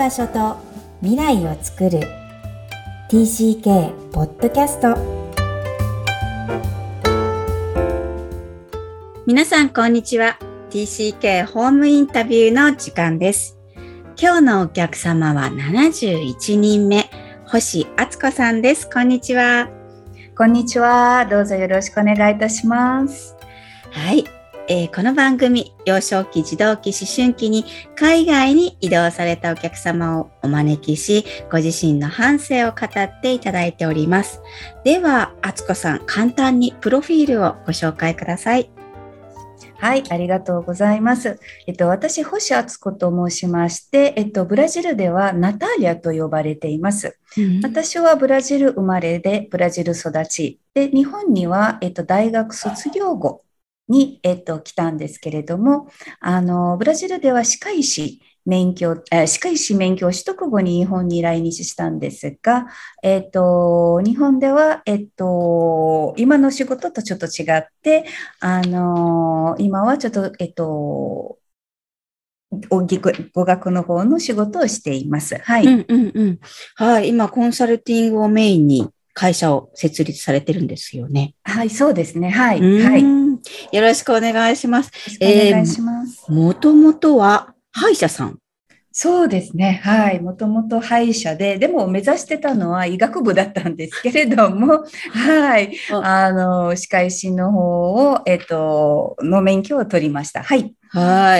場所と未来をつくる TCK ポッドキャスト。皆さんこんにちは。 TCK ホームインタビューの時間です。今日のお客様は71人目、星敦子さんです。こんにちは。 こんにちは。どうぞよろしくお願いいたします。 はい、この番組、幼少期、児童期、思春期に海外に移動されたお客様をお招きし、ご自身の半生を語っていただいております。では、敦子さん、簡単にプロフィールをご紹介ください。 はい、ありがとうございます。私、星敦子と申しまして、ブラジルではナターリアと呼ばれています。私はブラジル生まれで、ブラジル育ち。で、日本には、大学卒業後に、来たんですけれども、ブラジルでは歯科医師免許取得後に日本に来日したんですが、日本では、今の仕事とちょっと違って、今はちょっと、語学の方の仕事をしています。はい。 はい。今、コンサルティングをメインに会社を設立されてるんですよね。 はい、そうですね。はい。はい。 よろしくお願いします。 よろしくお願いします。 もともとは歯医者さん。 そうですね。はい。もともと歯医者でも目指してたのは医学部だったんですけれども、はい。歯科医師の方を、の免許を取りました。はい。 はい。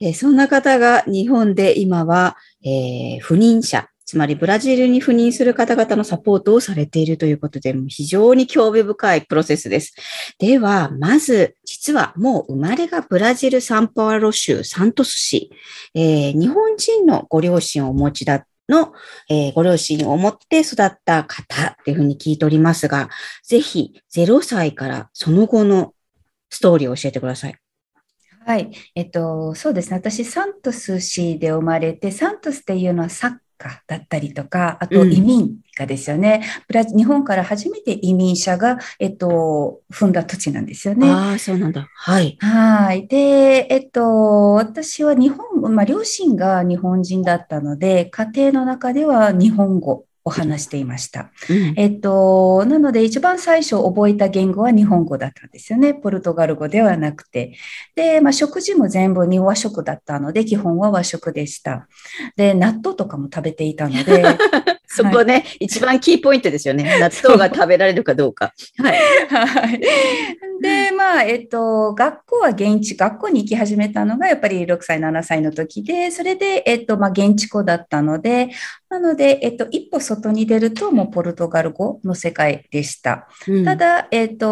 そんな方が日本で今は、赴任者、つまりブラジルに赴任する方々のサポートをされているということで、非常に興味深いプロセスです。では、まず、実はもう生まれがブラジル・サンパウロ州サントス市、日本人のご両親をお持ちご両親を持って育った方というふうに聞いておりますが、ぜひ0歳からその後のストーリーを教えてください。 はい。そうですね。私、サントス市で生まれて、サントスっていうのはサッカーだったりとか、あと移民がですよね。日本から初めて移民者が、踏んだ土地なんですよね。 ああ、そうなんだ。はい。 はい。で、私は両親が日本人だったので、家庭の中では日本語を話していました。なので一番最初覚えた言語は日本語だったんですよね。ポルトガル語ではなくて。で、食事も全部和食だったので、基本は和食でした。で、納豆とかも食べていたので。 そこね、一番キーポイントですよね。納豆が食べられるかどうか。 はい。はい。で、学校に行き始めたのがやっぱり6歳、7歳の時で、それで、現地校だったので、なので、一歩外に出るともうポルトガル語の世界でした。ただ、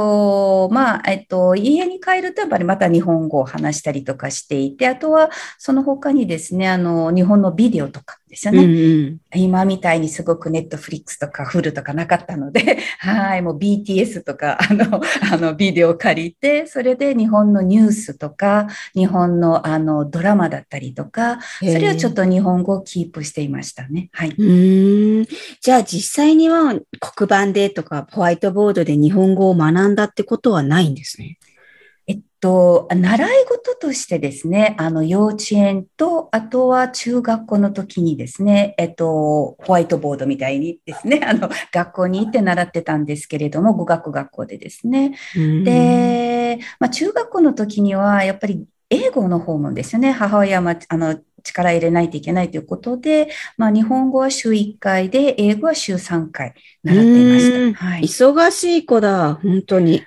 家に帰るとやっぱりまた日本語を話したりとかしていて、あとはその他にですね、日本のビデオとかですよね。今みたいにすごくネットフリックスとかフルとかなかったので、はい、もう BTS とか、ビデオを借りて、それで日本のニュースとか、日本のドラマだったりとか、それをちょっと日本語をキープしていましたね。はい。 じゃあ実際には黒板でとかホワイトボードで日本語を学んだってことはないんですね。 習い事としてですね、幼稚園と、あとは中学校の時にですね、ホワイトボードみたいにですね、学校に行って習ってたんですけれども、語学学校でですね。で、中学校の時には、やっぱり英語の方もですね、母親は、力入れないといけないということで、日本語は週1回で、英語は週3回習っていました。はい、 忙しい子だ、本当に。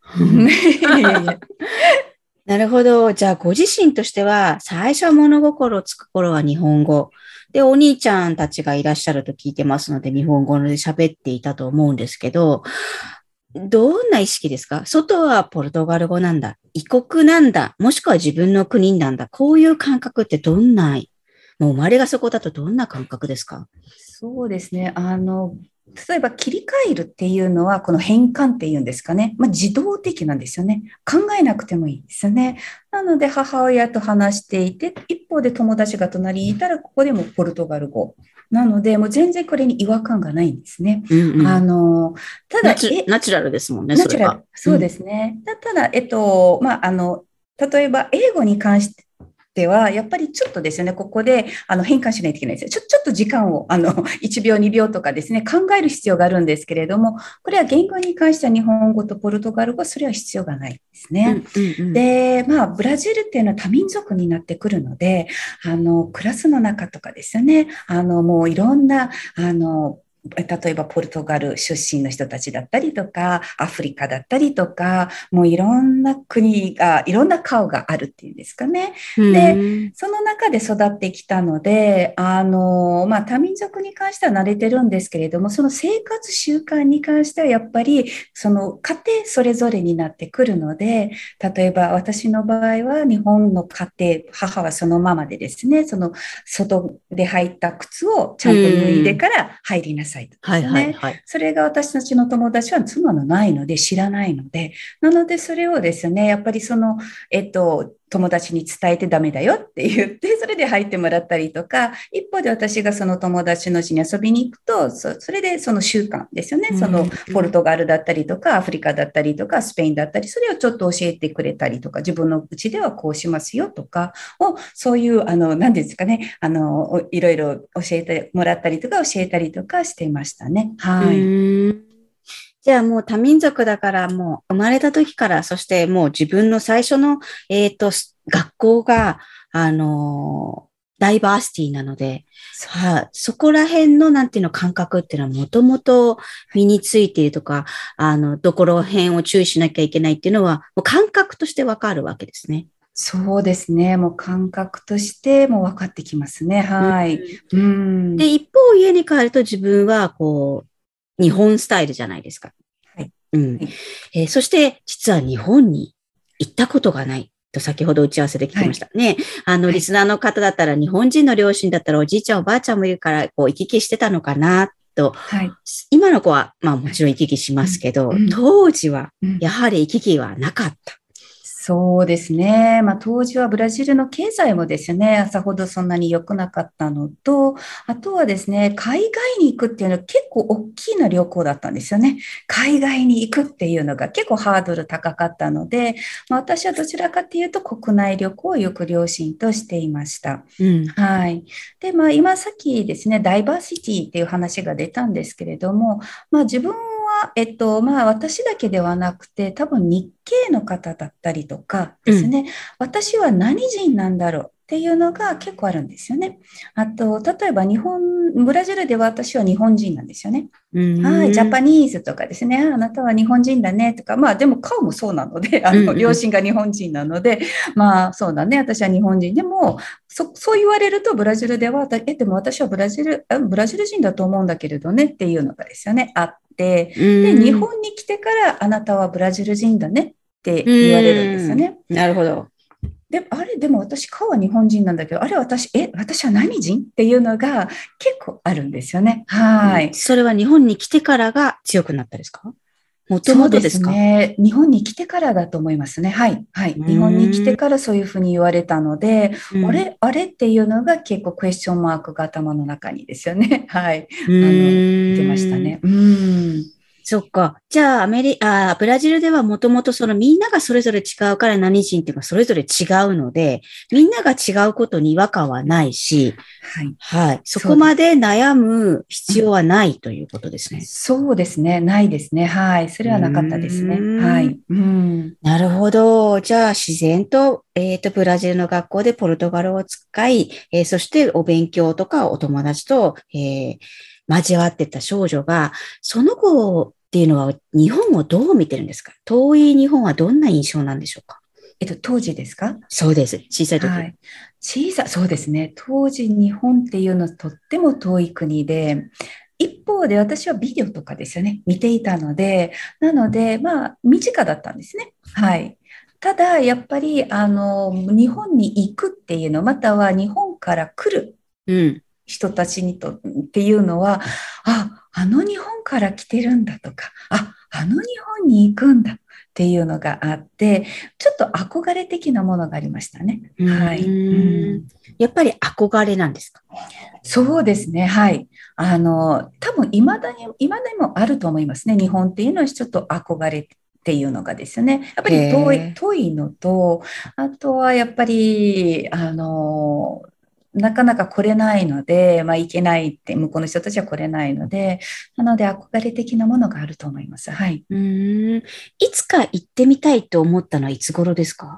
なるほど。じゃあ、ご自身としては、最初物心つく頃は日本語。で、お兄ちゃんたちがいらっしゃると聞いてますので、日本語で喋っていたと思うんですけど、どんな意識ですか？外はポルトガル語なんだ。異国なんだ。もしくは自分の国なんだ。こういう感覚ってもう生まれがそこだとどんな感覚ですか？ そうですね。例えば切り替えるっていうのは、この変換っていうんですかね。自動的なんですよね。考えなくてもいいですよね。なので、母親と話していて、一方で友達が隣にいたら、ここでもポルトガル語。なので、もう全然これに違和感がないんですね。 ただ、ナチュラルですもんね、それは。 そうですね。ただ、例えば、英語に関してては、やっぱりちょっとですね、ここで変換しないといけないですよ。ちょっと時間を1秒、2秒とかですね、考える必要があるんですけれども、これは言語に関しては日本語とポルトガル語、それは必要がないですね。で、ブラジルっていうのは多民族になってくるので、クラスの中とかですよね、もういろんな、例えばポルトガル出身の人たちだったりとか、アフリカだったりとか、もういろんな国が、いろんな顔があるっていうんですかね。で、その中で育ってきたので、多民族に関しては慣れてるんですけれども、その生活習慣に関してはやっぱり、その家庭それぞれになってくるので、例えば私の場合は日本の家庭、母はそのままでですね、その外で履いた靴をちゃんと脱いでから入りなさい。それが私たちの友達は妻のないので知らないので、なのでそれをですね、やっぱりその、友達に伝えてダメだよって言って、それで入ってもらったりとか、一方で私がその友達の家に遊びに行くと、それでその習慣ですよね、そのポルトガルだったりとか、アフリカだったりとか、スペインだったり、それをちょっと教えてくれたりとか、自分の家ではこうしますよとかを、そういう、何ですかね、いろいろ教えてもらったりとか、教えたりとかしていましたね。はい。 じゃあもう多民族だからもう生まれた時から、そしてもう自分の最初の、学校が、ダイバーシティなので、そこら辺のなんていうの感覚っていうのはもともと身についているとか、どこら辺を注意しなきゃいけないっていうのは、もう感覚としてわかるわけですね。 そうですね。もう感覚としても分かってきますね。はい。 で、一方家に帰ると自分はこう、日本スタイルじゃないですか。 はい。 そして、実は日本に行ったことがないと先ほど打ち合わせで聞きましたね。リスナーの方だったら、日本人の両親だったらおじいちゃんおばあちゃんもいるから、こう、行き来してたのかなと。今の子は、もちろん行き来しますけど、当時は、やはり行き来はなかった。 そうですね。当時はブラジルの経済もですね、さほどそんなに良くなかったのと、あとはですね、海外に行くっていうのは結構大きな旅行だったんですよね。海外に行くっていうのが結構ハードル高かったので、私はどちらかというと国内旅行をよく両親としていました。はい。で、今さっきですね、ダイバーシティっていう話が出たんですけれども、自分は、私だけではなくて、多分日系の方だったりとかですね、私は何人なんだろうっていうのが結構あるんですよね。あと、例えばブラジルでは私は日本人なんですよね。はい、ジャパニーズとかですね、あなたは日本人だねとか、でも顔もそうなので、両親が日本人なので、そうだね、私は日本人でも、そう言われるとブラジルでは、でも私はブラジル人だと思うんだけれどねっていうのがですよね、あって、で、日本に来てからあなたはブラジル人だねって言われるんですよね。 なるほど。 でも私、顔は日本人なんだけど、私は何人っていうのが結構あるんですよね。はい。 それは日本に来てからが強くなったですか？もともとですか？ そうですね。日本に来てからだと思いますね。はい。はい。日本に来てからそういうふうに言われたので、あれっていうのが結構クエスチョンマークが頭の中にですよね。はい。出ましたね。 そっか。じゃあ、ブラジルではもともとそのみんながそれぞれ違うから何人っていうかそれぞれ違うので、みんなが違うことに違和感はないし、 はい。 はい。そこまで悩む必要はないということですね。 そうですね。ないですね。はい。それはなかったですね。はい。 なるほど。じゃあ、自然と、ブラジルの学校でポルトガルを使い、そしてお勉強とかお友達と、交わってた少女が、その子っていうのは日本をどう見てるんですか？遠い日本はどんな印象なんでしょうか？ 当時ですか？ そうです。小さい時。 はい。そうですね。当時日本っていうのはとっても遠い国で、一方で私はビデオとかですよね、見ていたので、なので、身近だったんですね。はい。ただ、やっぱり、日本に行くっていうの、または日本から来る人たちっていうのは、あの日本から来てるんだとか、あの日本に行くんだっていうのがあって、ちょっと憧れ的なものがありましたね。はい。 やっぱり憧れなんですか？ そうですね。はい。多分、未だにもあると思いますね。日本っていうのはちょっと憧れっていうのがですね、やっぱりへ遠いのと、あとはやっぱり、なかなか来れないので、まあ、行けないって、向こうの人たちは来れないので、なので憧れ的なものがあると思います。はい。 いつか行ってみたいと思ったのはいつ頃ですか？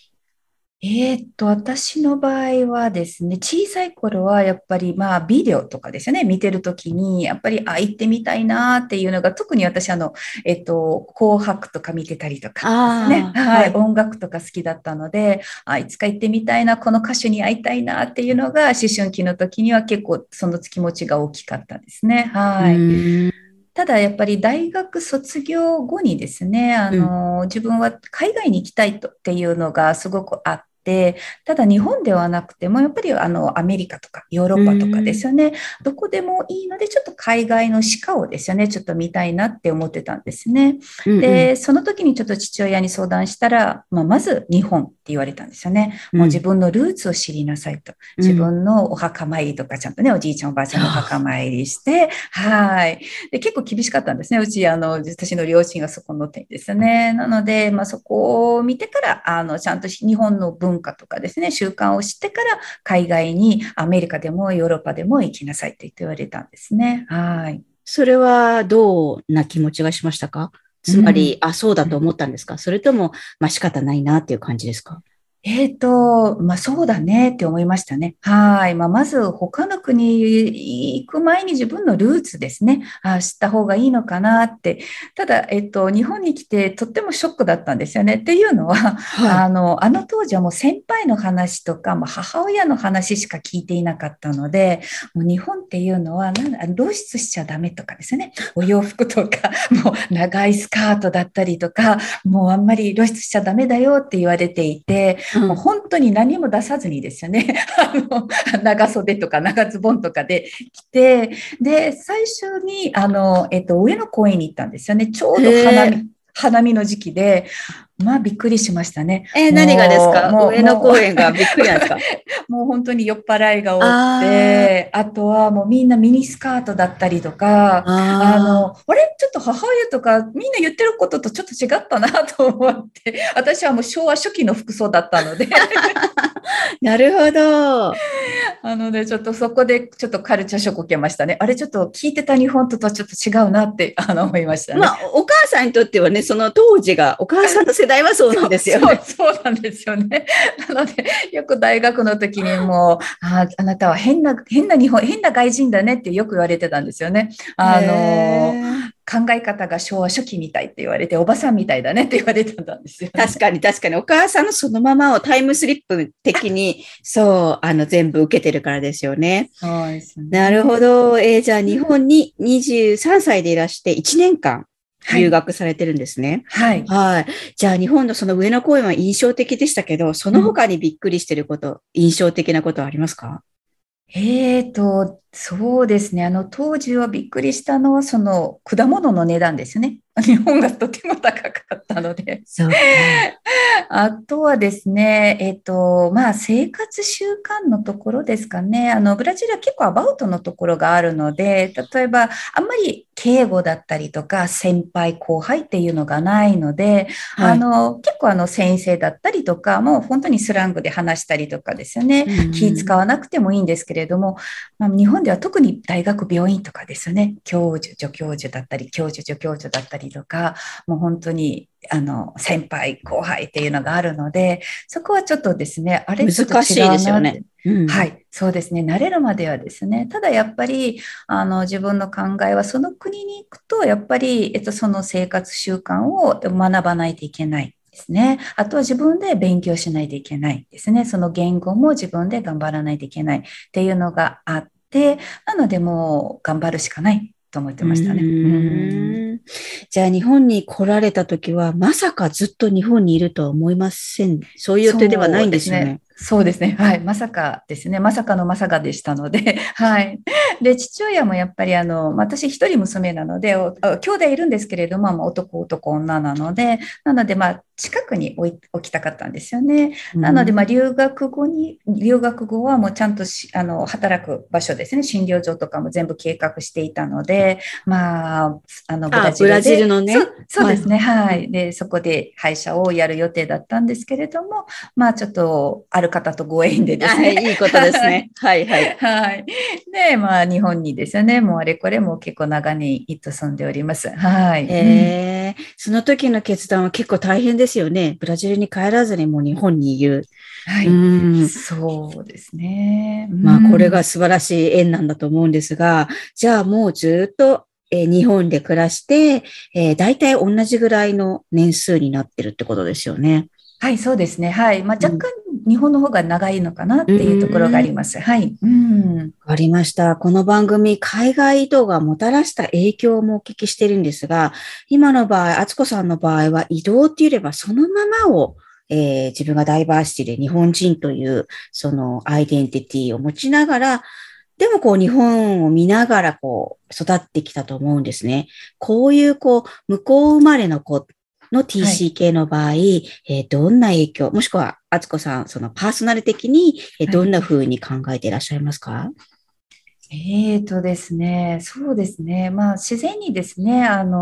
私の場合はですね、小さい頃はやっぱりまあビデオとかですよね、見てるときに、やっぱり、行ってみたいなっていうのが、特に私紅白とか見てたりとかですね、 ああ、 はい、 はい。 音楽とか好きだったので、いつか行ってみたいな、この歌手に会いたいなっていうのが、思春期の時には結構その気持ちが大きかったですね。 うはい。 ーん。 ただやっぱり大学卒業後にですね、 うん。 自分は海外に行きたいとっていうのがすごくあって、ただ日本ではなくても、やっぱりアメリカとかヨーロうッパとかでーん。 すよね、どこでもいいので、ちょっと海外の歯科をですよね、ちょっと見たいなって思ってたんですね。 うんうん。 で、その時にちょっと父親に相談したら、まず日本って言われたんですよね。もう自うん。 分のルーツを知りなさいと。自うん。 分のお墓参りとかちゃんとね、おじいちゃんおばあちゃんのお墓参りして、はい。で、結構厳しかったんですね。うち、私の両親がそこの点ですね。なので、まあ、そこを見てから、ちゃんと日本の文化とかですね、習慣を知ってから、海外に、アメリカでもヨーロッパでも行きなさいって言われたんですね。はい。 それはどうな気持ちがしましたか？ うつまり、 ん。 あ、そうだと思ったんですか？それとも、まあ仕方ないなっていう感じですか？ まあそうだねって思いましたね。はい。まあまず他の国行く前に自分のルーツですね。知った方がいいのかなって。ただ、日本に来てとってもショックだったんですよね。っていうのは、 はい。 あの当時はもう先輩の話とか、まあ、母親の話しか聞いていなかったので、もう日本っていうのは露出しちゃダメとかですね。お洋服とか、もう長いスカートだったりとか、もうあんまり露出しちゃダメだよって言われていて、もううん。 本当に何も出さずにですよね。長袖とか長ズボンとかで来て、で、最初に、上野公園に行ったんですよね。ちょうへどえ。 花見の時期で、まあびっくりしましたね。 何がですもう、もう、 か？上野も公園がびっくりなんですか？ もう本当に酔っ払いが多くあて、あとはもうみんなミニスカートだったりとか、 あ、ああれちょっと母親とかみんな言ってることとちょっと違ったなと思って、私はもう昭和初期の服装だったので、 なるほど。 ちょっとそこでちょっとカルチャーショックを受けましたね。あれちょっと聞いてた日本とはちょっと違うなって、思いましたね。 まあ、お母さんにとってはね、その当時が、お母さんの世代はそうなんですよね。 そうなんですよね。なので、よく大学の時にも、あなたは変な外人だねってよく言われてたんですよね。 へえ。 考え方が昭和初期みたいって言われて、おばさんみたいだねって言われてたんですよね。 確かに確かに、お母さんのそのままをタイムスリップ的に、そう、全部受けてるからですよね。 そうですなるほね。 ど。じゃあ日本に23歳でいらして1年間留はい。 学されてるんですね。 はい。 はい。じゃあ日本のその上野公園は印象的でしたけど、そうん。 の他にびっくりしてること、印象的なことはありますか？ そうですね。当時はびっくりしたのは、その果物の値段ですね。日本がとても高かったので。 そっか。 あとはですね、まあ、生活習慣のところですかね。ブラジルは結構アバウトのところがあるので、例えば、あんまり敬語だったりとか、先輩後輩っていうのがないので、 はい。 結構先生だったりとか、もう本当にスラングで話したりとかですよね。 う気使ん。 わなくてもいいんですけれども、まあ、日本では特に大学病院とかですよね。教授、助教授だったり、教授、助教授だったりとか、もう本当に先輩、後輩っていうのがあるので、そこはちょっとですね、あれちょっと違難しいですよね。 うなって。 うん。 はい、そうですね。慣れるまではですね。ただやっぱり、自分の考えは、その国に行くと、やっぱり、その生活習慣を学ばないといけないですね。あとは自分で勉強しないといけないですね。その言語も自分で頑張らないといけないっていうのがあって、なのでもう頑張るしかないと思ってうましたね。うん。 ーん。じゃあ日本に来られた時は、まさかずっと日本にいるとは思いません。そういう予定ではないんそうですね。 ですよね。 そうですね。はい。まさかですね。まさかのまさかでしたので、はい。で、父親もやっぱり私一人娘なので、兄弟いるんですけれども、男、女なので、近くに置きたかったんですよね。なので、留学後はもうちゃんと働く場所ですね。診療所とかも全部計画していたので、ブラブラジルジルで、 のね。 そうですね。はい。 うん。 で、そこで歯医者をやる予定だったんですけれども、ちょっと、ある方とご縁でですね。 いいことですはい。 ね。はいはい。 はい。で、日本にですよね。もうあれこれも結構長年住んでおります。はい。うん。 その時の決断は結構大変ですよね。ブラジルに帰らずにもう日本にいる。うはい。 ん。 そうですね。うこれがん。 素晴らしい縁なんだと思うんですが、じゃあもうずっと、日本で暮らして、大体同じぐらいの年数になってるってことですよね。 はい、そうですね。はい。若干うん。 日本の方が長いのかなうっていうところがあーん。 ります。はい。うん。 わかりました。この番組、海外移動がもたらした影響もお聞きしてるんですが、今の場合、敦子さんの場合は移動って言えばそのままを、自分がダイバーシティで日本人という、そのアイデンティティを持ちながら、でもこう日本を見ながらこう育ってきたと思うんですね。こういうこう、向こう生まれの子のはい。 TCK の場合、どんな影響、もしくは、敦子さん、そのパーソナル的に、 はい。 どんな風に考えていらっしゃいますか？ ですね、そうですね。自然にですね、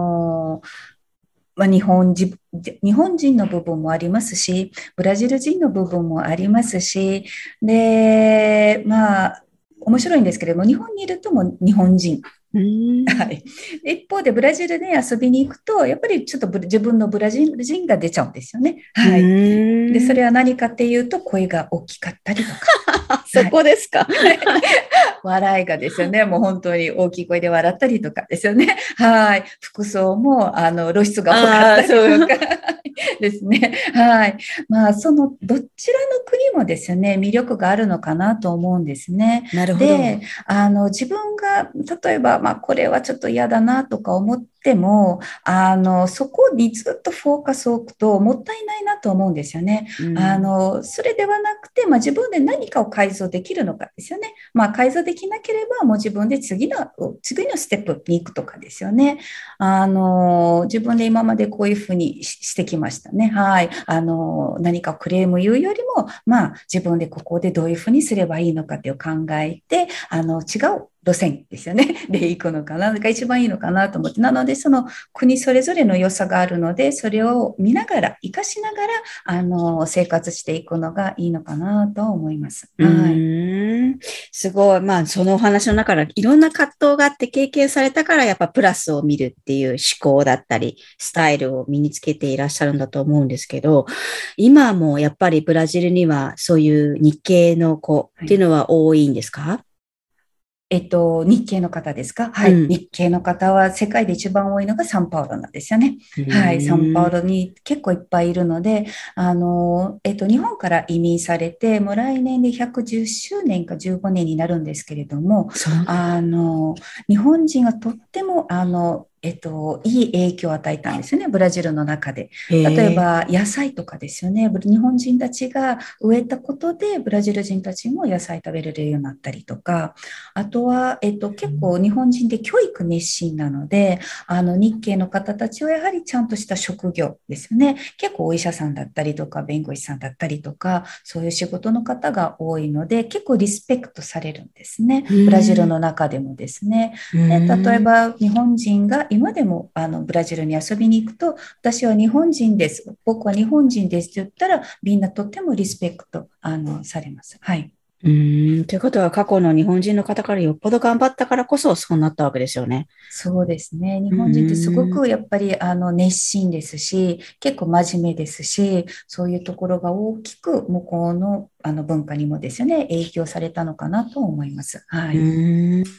日本人の部分もありますし、ブラジル人の部分もありますし、で、面白いんですけれども、日本にいるともう日本人。 うーん。 はい。一方で、ブラジルで遊びに行くと、やっぱりちょっと自分のブラジル人が出ちゃうんですよね。 うはい。で、そーん。 れは何かっていうと、声が大きかったりとか。 そはい。 こですか。 笑いがですよね。もう本当に大きい声で笑ったりとかですよね。はい。服装も、露出が多かっああ、 たりとかそう。 ですね。はい。どちらの国もですね、魅力があるのかなと思うんですね。 なるほど。 で、自分が、例えば、これはちょっと嫌だなとか思っても、そこにずっとフォーカスを置くともったいないなと思うんですよね。 うん。 それではなくて、自分で何かを改造できるのかですよね。改造できなければ、もう自分で次のステップに行くとかですよね。自分で今までこういうふうにしてきましたね。はい。何かクレーム言うよりも、自分でここでどういうふうにすればいいのかっていう考えて、違う路線ですよね。で行くのかな。が一番いいのかなと思って。なので、その国それぞれの良さがあるので、それを見ながら、活かしながら、生活していくのがいいのかなと思います。 うはい。 ーん。すごい。そのお話の中からいろんな葛藤があって経験されたから、やっぱプラスを見るっていう思考だったり、スタイルを身につけていらっしゃるんだと思うんですけど、今もやっぱりブラジルにはそういう日系の子はい。 っていうのは多いんですか？ 日系の方ですか？はい。 うん。 日系の方は世界で一番多いのがサンパウロなんですよね。 うはい。サンパーん。 ウロに結構いっぱいいるので、日本から移民されて、もう来年で110周年か15年になるんですけれども、 そう。 あの、日本人がとっても、いい影響を与えたんですよね、ブラジルの中で。 へえ。 例えば、野菜とかですよね。日本人たちが植えたことで、ブラジル人たちも野菜食べれるようになったりとか、あとは、結構日本人で教育熱心なので、日系の方たちはやはりちゃんとした職業ですよね。結構お医者さんだったりとか、弁護士さんだったりとか、そういう仕事の方が多いので、結構リスペクトされるんですね。 うブラジルーん。 の中でもですね。 うで、例えーん。 ば日本人が今でもブラジルに遊びに行くと、私は日本人です。僕は日本人ですって言ったら、みんなとってもリスペクトされます。はい。 ということは過去の日本人の方からよっぽど頑張ったからこそそうなったわけですよね。 そうですね。日う本人ってすごーん。 くやっぱり熱心ですし、結構真面目ですし、そういうところが大きく向こうの文化にもですよね、影響されたのかなと思います。はうい。 ーん。 うん、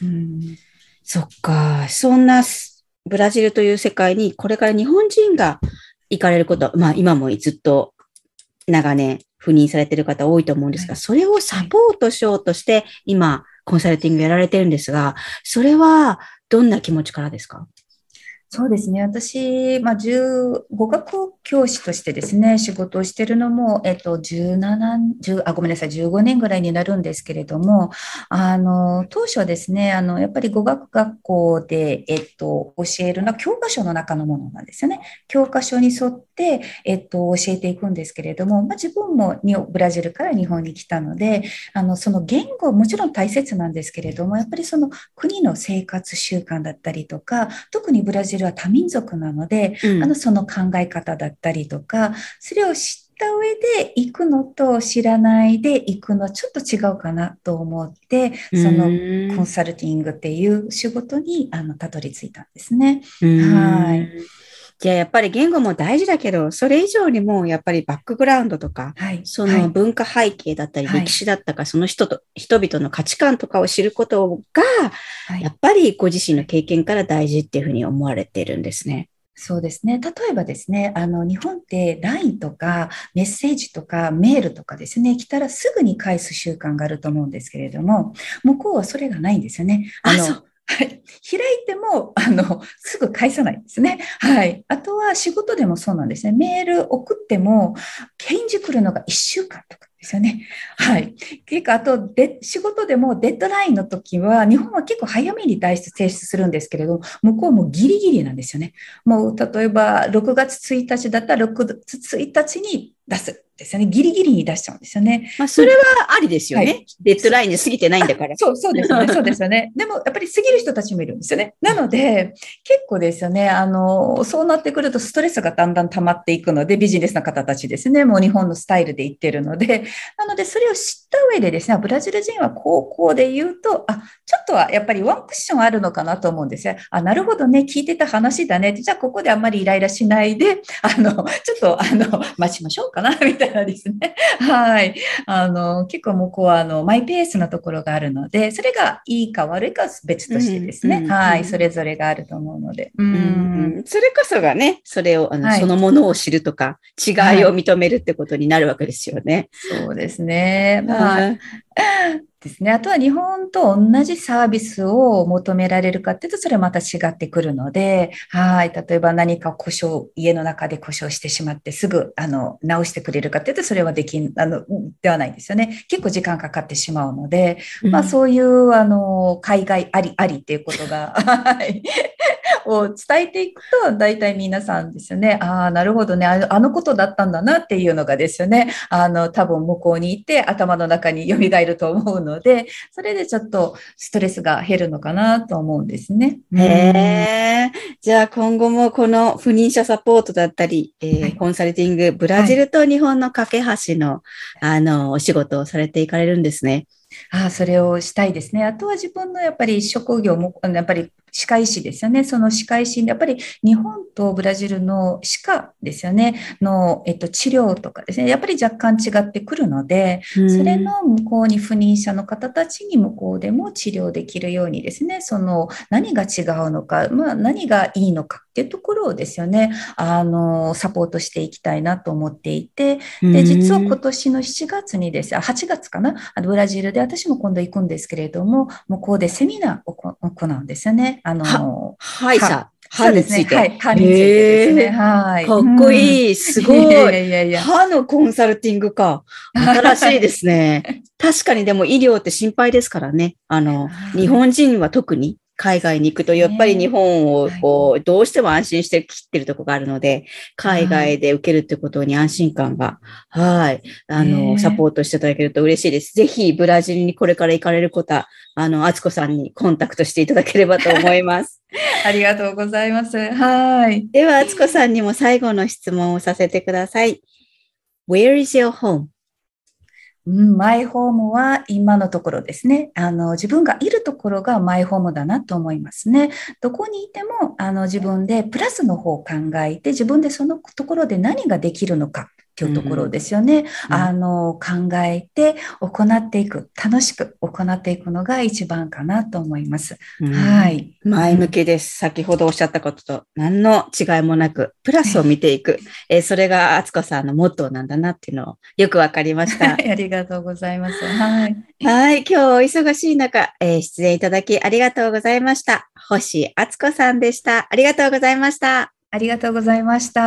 そっか。そんなブラジルという世界にこれから日本人が行かれること、今もずっと長年赴任されている方多いと思うんですが、 はい。 それをサはい。 ポートしようとして今コンサルティングやられてるんですが、それはどんな気持ちからですか？ そうですね。私、語学教師としてですね、仕事をしているのも、17、10、ごめんなさい、15年ぐらいになるんですけれども、当初はですね、やっぱり語学学校で、教えるのは教科書の中のものなんですよね。教科書に沿って、教えていくんですけれども、自分もブラジルから日本に来たので、その言語もちろん大切なんですけれども、やっぱりその国の生活習慣だったりとか、特にブラジルは多民族なので、 うん。 その考え方だったりとか、それを知った上で行くのと知らないで行くのちょっと違うかなと思って、 うそのーん。 コンサルティングっていう仕事にたどり着いたんですね。 うはい。 ーん。じゃあやっぱり言語も大事だけど、それ以上にもやっぱりバックグラウンドとか、 はい。 そはい。 の文化背景だったり歴はい。 史だったか、その人々の価値観とかを知ることが、 はい。 やっぱりご自身はい。 の経験から大事っていうふうに思われているんですね。 そうですね。例えばですね、日本って LINE とかメッセージとかメールとかですね、来たらすぐに返す習慣があると思うんですけれども、向こうはそれがないんですよね。 あ、そう。 はい、開いても、すぐ返さないんですね。はい。あとは仕事でもそうなんですね。メール送っても、返事来るのが1週間とかですよね。はい。結構、あとで、仕事でもデッドラインの時は、日本は結構早めに提出するんですけれど、向こうもギリギリなんですよね。もう例えば6月1日だったら6月1日に出すですよね。ギリギリに出しちゃうんですよね。 まあ、それはありですよはい。 ね。デッドラインで過ぎてないんだから。 そうですよね。そうですよね。でも、やっぱり過ぎる人たちもいるんですよね。なので、結構ですよね。そうなってくるとストレスがだんだん溜まっていくので、ビジネスの方たちですね。もう日本のスタイルで言ってるので、なので、それを知った上でですね、ブラジル人はこうで言うと、ちょっとはやっぱりワンクッションあるのかなと思うんですよ。なるほどね、聞いてた話だね。じゃあ、ここであんまりイライラしないで、ちょっと、待ちましょうかな、みたいなですね。はい。結構向こうはマイペースなところがあるので、それがいいか悪いかは別としてうん、 ですね。 うん、うはい。そん。 れぞれがあると思うので。 うん、それこそがね、それを、 はい。 そのものを知るとか、違いをはい。 認めるってことになるわけですよね。 そうですね。 はい。 ですね。あとは日本と同じサービスを求められるかっていうと、それはまた違ってくるので、はい。例えば何か家の中で故障してしまってすぐ、直してくれるかっていうと、それはではないんですよね。結構時間かかってしまうので、 うん。 そういう、海外ありありっていうことが、はい。を伝えていくと、大体皆さんですよね。なるほどね。あのことだったんだなっていうのがですよね。多分向こうに行って頭の中に蘇ると思うので、それでちょっとストレスが減るのかなと思うんですね。うへん。 え。じゃあ今後もこの不妊者サポートだったり、 はい。 コンサルティング、ブラはい。 ジルと日本の架け橋の、お仕事をされていかれるんですね。 それをしたいですね。あとは自分のやっぱり職業も、やっぱり歯科医師ですよね。その歯科医師で、やっぱり日本とブラジルの歯科ですよね。治療とかですね。やっぱり若干違ってくるので、 うそれん。 の向こうに不妊者の方たちに向こうでも治療できるようにですね。その何が違うのか、何がいいのかっていうところをですよね。サポートしていきたいなと思っていて、 うで、実はん。 今年の7月にですね、8月かな、ブラジルで私も今度行くんですけれども、向こうでセミナーを行うんですよね。 歯そうですね。 について。 はい。歯についてですね。 へえ。 はい。うかっこん。 いい。すいやいごい。 やいやいや。 歯のコンサルティングか。新しいではい。 すね。確かにでも医療って心配ですからね。日はい。 本人は特に海外に行くと、やっぱり日ね。 本をはい。 こう、どうしても安心して切ってるところがあるので、海はい。 外で受けるってことに安心感が、はい。サポね。 ートしていただけると嬉しいです。ぜひ、ブラジルにこれから行かれることは、敦子さんにコンタクトしていただければと思います。 ありがとうございます。はい。 では、敦子さんにも最後の質問をさせてください。Where is your home? マイホームは今のところですね。自分がいるところがマイホームだなと思いますね。どこにいても、自分でプラスの方を考えて、自分でそのところで何ができるのかっっていうところですよね。考えて行っていく、楽しく行っていくのが一番かなと思います。はい。 前向きです。先ほどおっしゃったことと何の違いもなく、プラスを見ていく。それが敦子さんのモットーなんだなっていうのをよくわかりました。 ありがとうございます。はい。 はい。今日お忙しい中、出演いただきありがとうございました。星敦子さんでした。ありがとうございました。 ありがとうございました。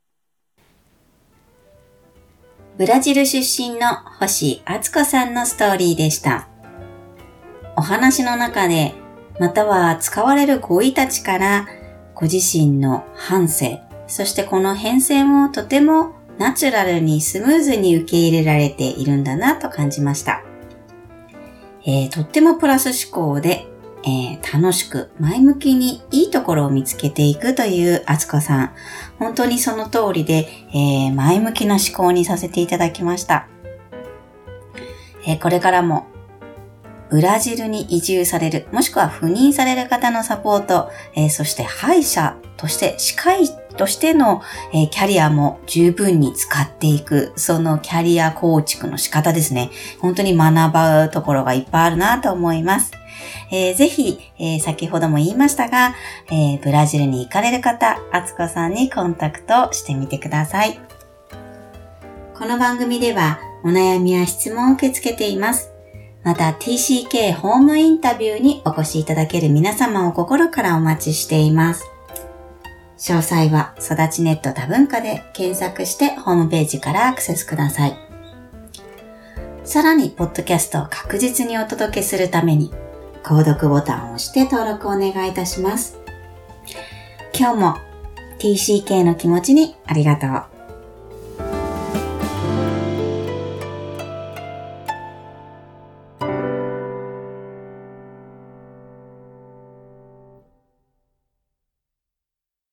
ブラジル出身の星敦子さんのストーリーでした。お話の中で、または使われる語彙たちからご自身の反省、そしてこの変遷をとてもナチュラルにスムーズに受け入れられているんだなと感じました。とってもプラス思考で、楽しく前向きにいいところを見つけていくという敦子さん。本当にその通りで、前向きな思考にさせていただきました。これからもブラジルに移住される、もしくは赴任される方のサポート、そして歯医者として、歯科医としての、キャリアも十分に使っていく、そのキャリア構築の仕方ですね。本当に学ぶところがいっぱいあるなと思います。ぜひ、先ほども言いましたが、ブラジルに行かれる方、敦子さんにコンタクトしてみてください。この番組ではお悩みや質問を受け付けています。また TCK ホームインタビューにお越しいただける皆様を心からお待ちしています。詳細は育ちネット多文化で検索してホームページからアクセスください。さらに、ポッドキャストを確実にお届けするために、購読ボタンを押して登録をお願いいたします。今日も TCK の気持ちにありがとう。